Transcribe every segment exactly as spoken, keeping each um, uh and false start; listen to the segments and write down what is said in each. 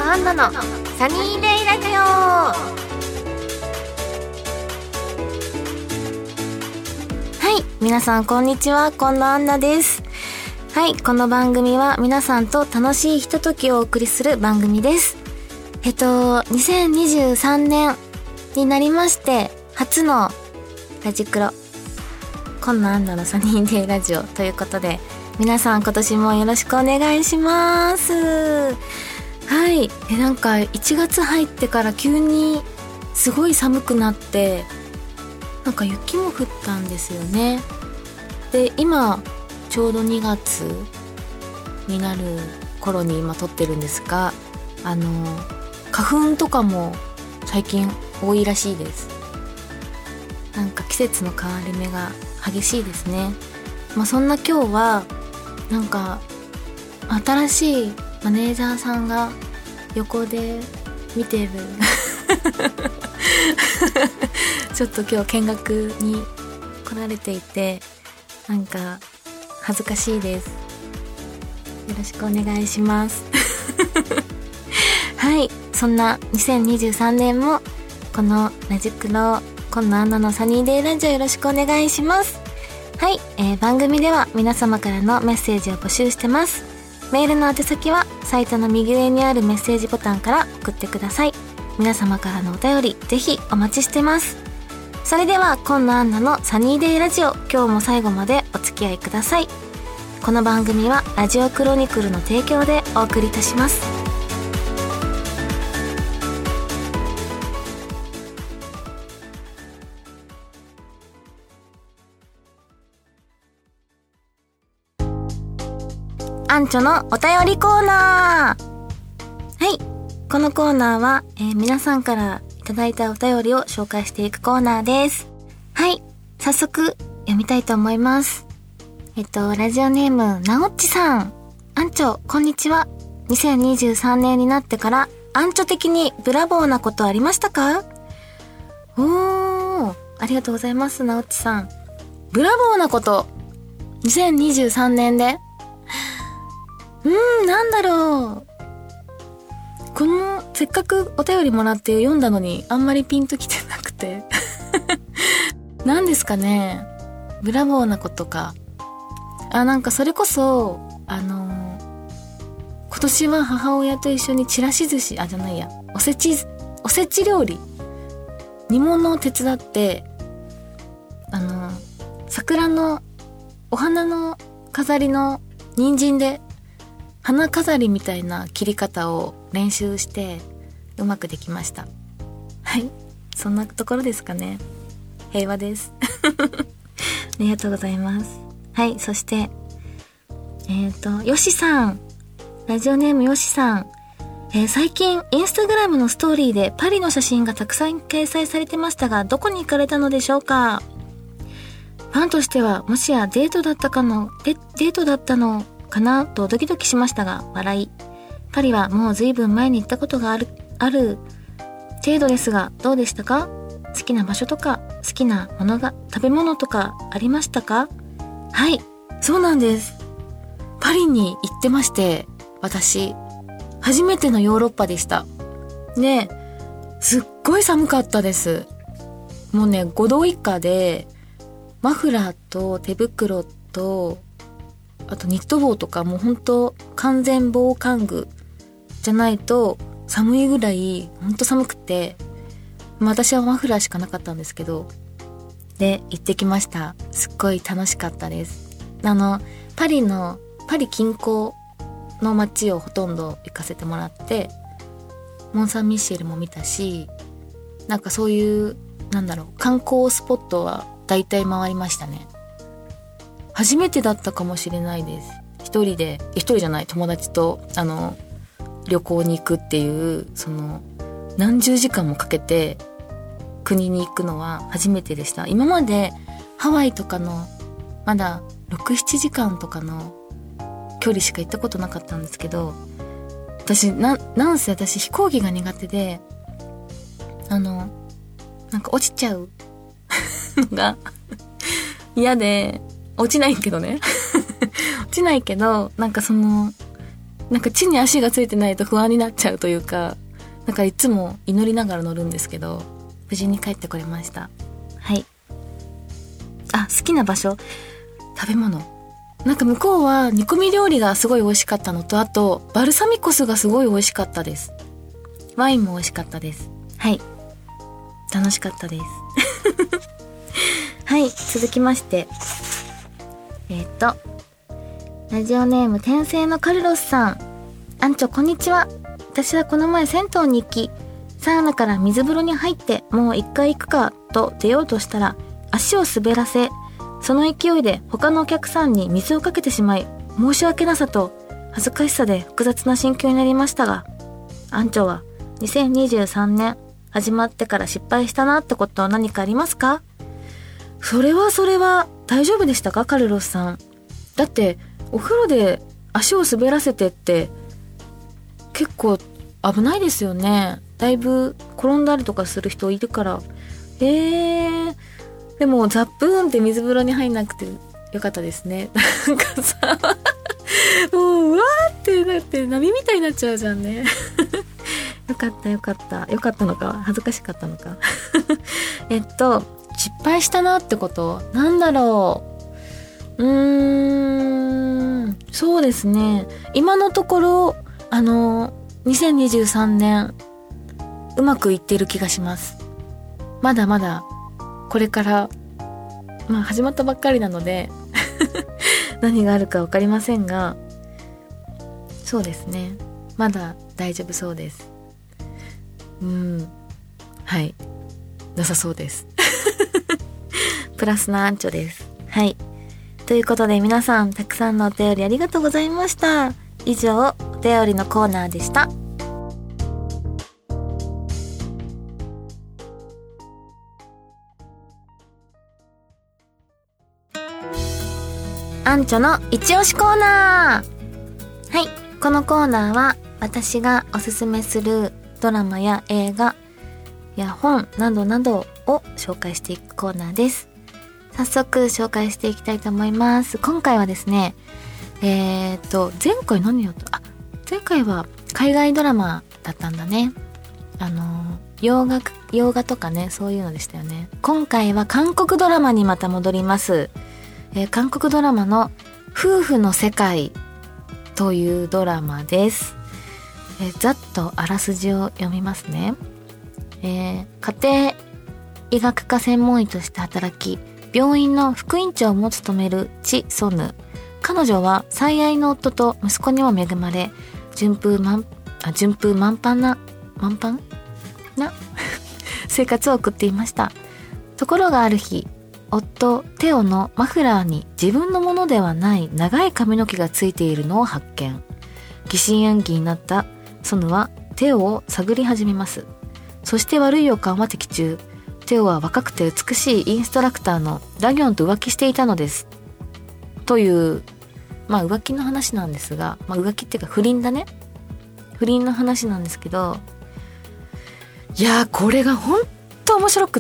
アンナのサニーデイラジオ。はい、皆さんこんにちは、近藤アンナです。はい、この番組は皆さんと楽しいひとときをお送りする番組です。えっとにせんにじゅうさんねんになりまして初のラジクロ近藤アンナのサニーデイラジオということで、皆さん今年もよろしくお願いします。はい、えなんかいちがつ入ってから急にすごい寒くなって、なんか雪も降ったんですよね。で今ちょうどにがつになる頃に今撮ってるんですが、あの花粉とかも最近多いらしいです。なんか季節の変わり目が激しいですね。まあそんな今日はなんか新しいマネージャーさんが横で見てるちょっと今日見学に来られていて、なんか恥ずかしいです。よろしくお願いしますはい、そんなにせんにじゅうさんねんもこのラジクロ近藤アンナのサニーデイラジオよろしくお願いします。はい、えー、番組では皆様からのメッセージを募集してます。メールの宛先はサイトの右上にあるメッセージボタンから送ってください。皆様からのお便りぜひお待ちしてます。それでは近藤アンナのサニーデイラジオ、今日も最後までお付き合いください。この番組はラジオクロニクルの提供でお送りいたします。アンチョのお便りコーナー。はい、このコーナーは、えー、皆さんからいただいたお便りを紹介していくコーナーです。はい、早速読みたいと思います。えっとラジオネームなおっちさん。アンチョこんにちは。にせんにじゅうさんねんになってからアンチョ的にブラボーなことありましたか？おー、ありがとうございます。なおっちさん、ブラボーなことにせんにじゅうさんねんでうーん、なんだろう。このせっかくお便りもらって読んだのにあんまりピンときてなくて何ですかね、ブラボーなことか。あ、なんかそれこそあのー、今年は母親と一緒にちらし寿司あじゃないやおせちおせち料理煮物を手伝って、あのー、桜のお花の飾りの人参で花飾りみたいな切り方を練習してうまくできました。はい、そんなところですかね。平和ですありがとうございます。はい、そしてえっとよしさん、ラジオネームよしさん、えー、最近インスタグラムのストーリーでパリの写真がたくさん掲載されてましたが、どこに行かれたのでしょうか？ファンとしてはもしやデートだったかのデ、デートだったのかなとドキドキしましたが笑い。パリはもう随分前に行ったことがあるある程度ですが、どうでしたか？好きな場所とか好きなものが食べ物とかありましたか？はい、そうなんです。パリに行ってまして、私初めてのヨーロッパでした。ね、すっごい寒かったです。もうねごど以下で、マフラーと手袋とあとニット帽とか、もうほんと完全防寒具じゃないと寒いぐらいほんと寒くて、まあ私はマフラーしかなかったんですけど、で行ってきました。すっごい楽しかったです。あのパリのパリ近郊の街をほとんど行かせてもらって、モンサンミッシェルも見たし、なんかそういうなんだろう観光スポットは大体回りましたね。初めてだったかもしれないです。一人で、一人じゃない友達とあの旅行に行くっていう、その何十時間もかけて国に行くのは初めてでした。今までハワイとかのまだろく、ななじかんとかの距離しか行ったことなかったんですけど、私ななんせ私飛行機が苦手で、あのなんか落ちちゃうのが嫌で、落ちないけどね落ちないけど、なんかそのなんか地に足がついてないと不安になっちゃうというか、なんかいつも祈りながら乗るんですけど、無事に帰ってこれました。はい。あ、好きな場所、食べ物、なんか向こうは煮込み料理がすごい美味しかったのと、あとバルサミコ酢がすごい美味しかったです。ワインも美味しかったです。はい、楽しかったですはい、続きましてえっとラジオネーム天性のカルロスさん。アンチョこんにちは。私はこの前銭湯に行き、サウナから水風呂に入ってもう一回行くかと出ようとしたら、足を滑らせ、その勢いで他のお客さんに水をかけてしまい、申し訳なさと恥ずかしさで複雑な心境になりましたが、アンチョはにせんにじゅうさんねん始まってから失敗したなってことは何かありますか？それはそれは大丈夫でしたか、カルロスさん。だってお風呂で足を滑らせてって結構危ないですよね。だいぶ転んだりとかする人いるから。えー、でもザップーンって水風呂に入んなくてよかったですね。なんかさもううわーってなって波みたいになっちゃうじゃんねよかったよかったよかったのか恥ずかしかったのかえっと失敗したなってことなんだろう。うーん、そうですね、今のところあのにせんにじゅうさんねんうまくいってる気がします。まだまだこれからまあ始まったばっかりなので何があるか分かりませんが、そうですね、まだ大丈夫そうです。うん、はい、なさそうですプラスなアンチョです。はい、ということで皆さんたくさんのお便りありがとうございました。以上、お便りのコーナーでした。アンチョの一押しコーナー。はい、このコーナーは私がおすすめするドラマや映画や本などなどを紹介していくコーナーです。早速紹介していきたいと思います。今回はですね、えーっと前回何をとあ前回は海外ドラマだったんだね。あの洋画洋画とかね、そういうのでしたよね。今回は韓国ドラマにまた戻ります。えー、韓国ドラマの夫婦の世界というドラマです。えー、ざっとあらすじを読みますね。えー、家庭医学科専門医として働き、病院の副院長も務めるチ・ソヌ。彼女は最愛の夫と息子にも恵まれ、順風満あ順風満帆な満帆な生活を送っていました。ところがある日、夫テオのマフラーに自分のものではない長い髪の毛がついているのを発見。疑心暗鬼になったソヌはテオを探り始めます。そして悪い予感は的中。テオは若くて美しいインストラクターのラギョンと浮気していたのです。というまあ浮気の話なんですが、まあ、浮気っていうか不倫だね。不倫の話なんですけど、いやーこれがほんと面白くって、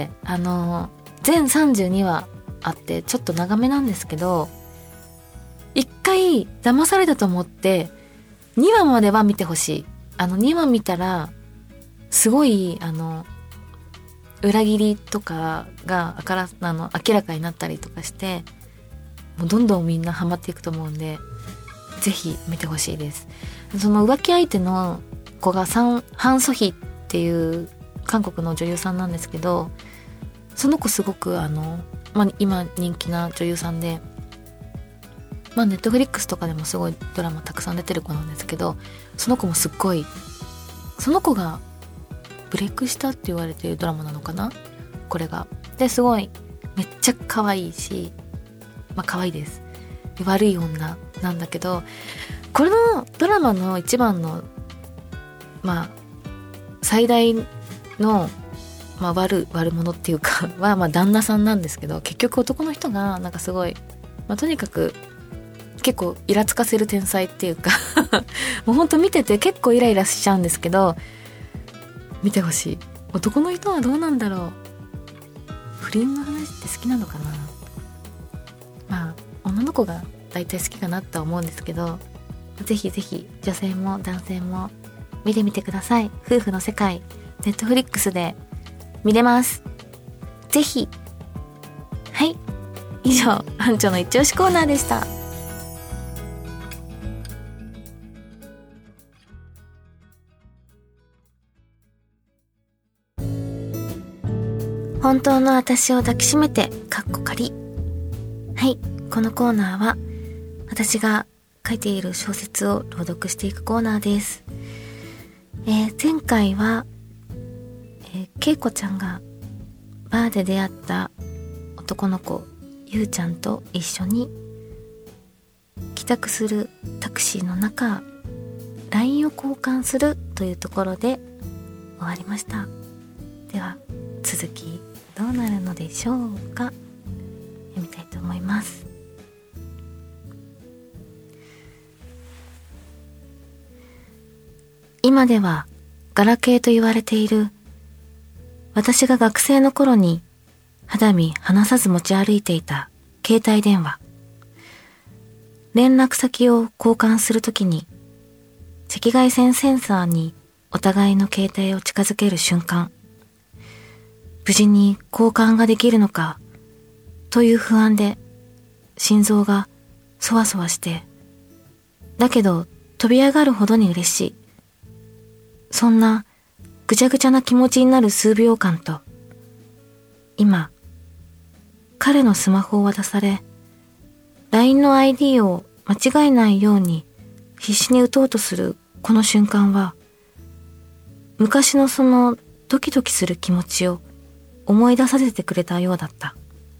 あの全さんじゅうにわあってちょっと長めなんですけど、一回騙されたと思ってにわまでは見てほしい。あのにわ見たらすごいあの裏切りとかがあからあの明らかになったりとかして、もうどんどんみんなハマっていくと思うんで、ぜひ見てほしいです。その浮気相手の子がサンハン・ソヒっていう韓国の女優さんなんですけど、その子すごくあの、まあ、今人気な女優さんで、まあネットフリックスとかでもすごいドラマたくさん出てる子なんですけど、その子もすっごい、その子がブレイクしたって言われてるドラマなのかな、これが。ですごいめっちゃ可愛いし、まあ可愛いです。悪い女なんだけど、これのドラマの一番のまあ最大のまあ悪悪者っていうかはまあ旦那さんなんですけど、結局男の人がなんかすごい、まあとにかく結構イラつかせる天才っていうかもうほんと見てて結構イライラしちゃうんですけど、見てほしい。男の人はどうなんだろう。不倫の話って好きなのかな。まあ女の子が大体好きかなとは思うんですけど、 ぜひぜひ女性も男性も見てみてください。夫婦の世界、ネットフリックスで見れます。ぜひ。はい、以上班長の一押しコーナーでした。本当の私を抱きしめてかっこ仮。はい、このコーナーは私が書いている小説を朗読していくコーナーです。えー、前回は、えー、けいこちゃんがバーで出会った男の子ゆうちゃんと一緒に帰宅するタクシーの中 ライン を交換するというところで終わりました。では続きどうなるのでしょうか。読みたいと思います。今ではガラケーと言われている私が学生の頃に肌身離さず持ち歩いていた携帯電話。連絡先を交換するときに赤外線センサーにお互いの携帯を近づける瞬間、無事に交換ができるのかという不安で心臓がそわそわして、だけど飛び上がるほどに嬉しい。そんなぐちゃぐちゃな気持ちになる数秒間と、今彼のスマホを渡され ライン の アイディー を間違えないように必死に打とうとするこの瞬間は、昔のそのドキドキする気持ちを思い出させてくれたようだった。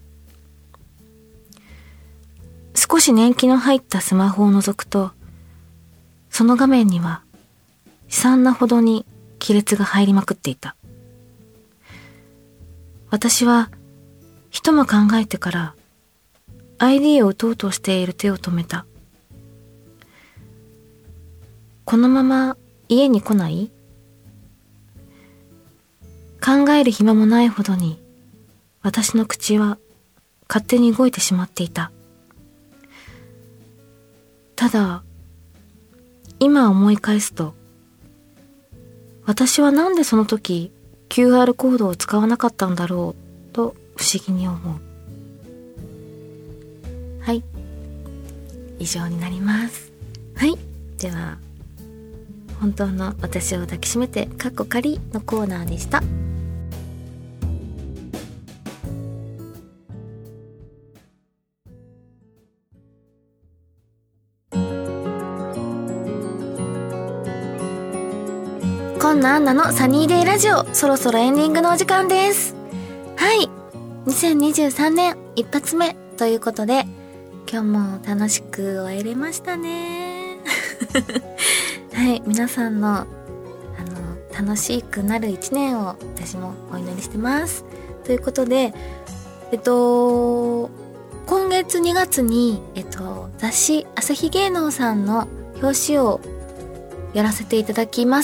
少し年季の入ったスマホを覗くと、その画面には悲惨なほどに亀裂が入りまくっていた。私は一間考えてから アイディー を打とうとしている手を止めた。このまま家に来ない？考える暇もないほどに私の口は勝手に動いてしまっていた。ただ今思い返すと、私はなんでその時 キューアール コードを使わなかったんだろうと不思議に思う。はい、以上になります。はい、では本当の私を抱きしめてかっこ仮のコーナーでした。こんなアンナのサニーデイラジオ、そろそろエンディングのお時間です。はい、にせんにじゅうさんねん一発目ということで、今日も楽しく終えれましたね。はい、皆さんのあの楽しくなる一年を私もお祈りしてます。ということで、えっと今月にがつにえっと雑誌朝日芸能さんの表紙をやらせていただきます。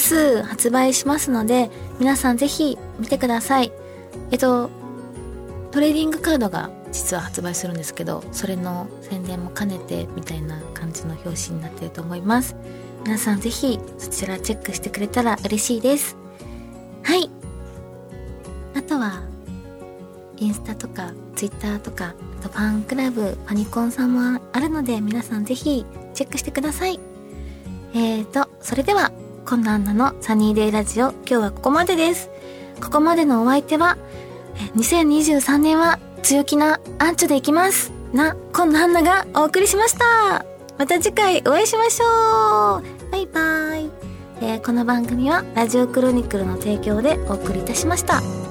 発売しますので、皆さんぜひ見てください。えっとトレーディングカードが実は発売するんですけど、それの宣伝も兼ねてみたいな感じの表紙になっていると思います。皆さんぜひそちらチェックしてくれたら嬉しいです。はい、あとはインスタとかツイッターとか、あとファンクラブファニコンさんもあるので、皆さんぜひチェックしてください。えーと、それでは、こんなアンナのサニーデイラジオ、今日はここまでです。ここまでのお相手は、にせんにじゅうさんねんは強気なアンチョでいきますな、こんなアンナがお送りしました。また次回お会いしましょう。バイバイ。えー、この番組はラジオクロニクルの提供でお送りいたしました。